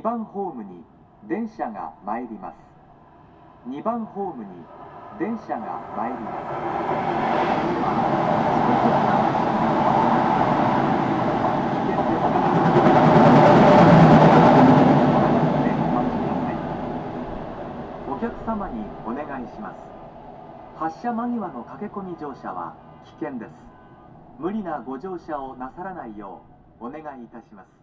2番ホームに電車が参ります。2番ホームに電車が参ります。お客様にお願いします。発車間際の駆け込み乗車は危険です。無理なご乗車をなさらないようお願いいたします。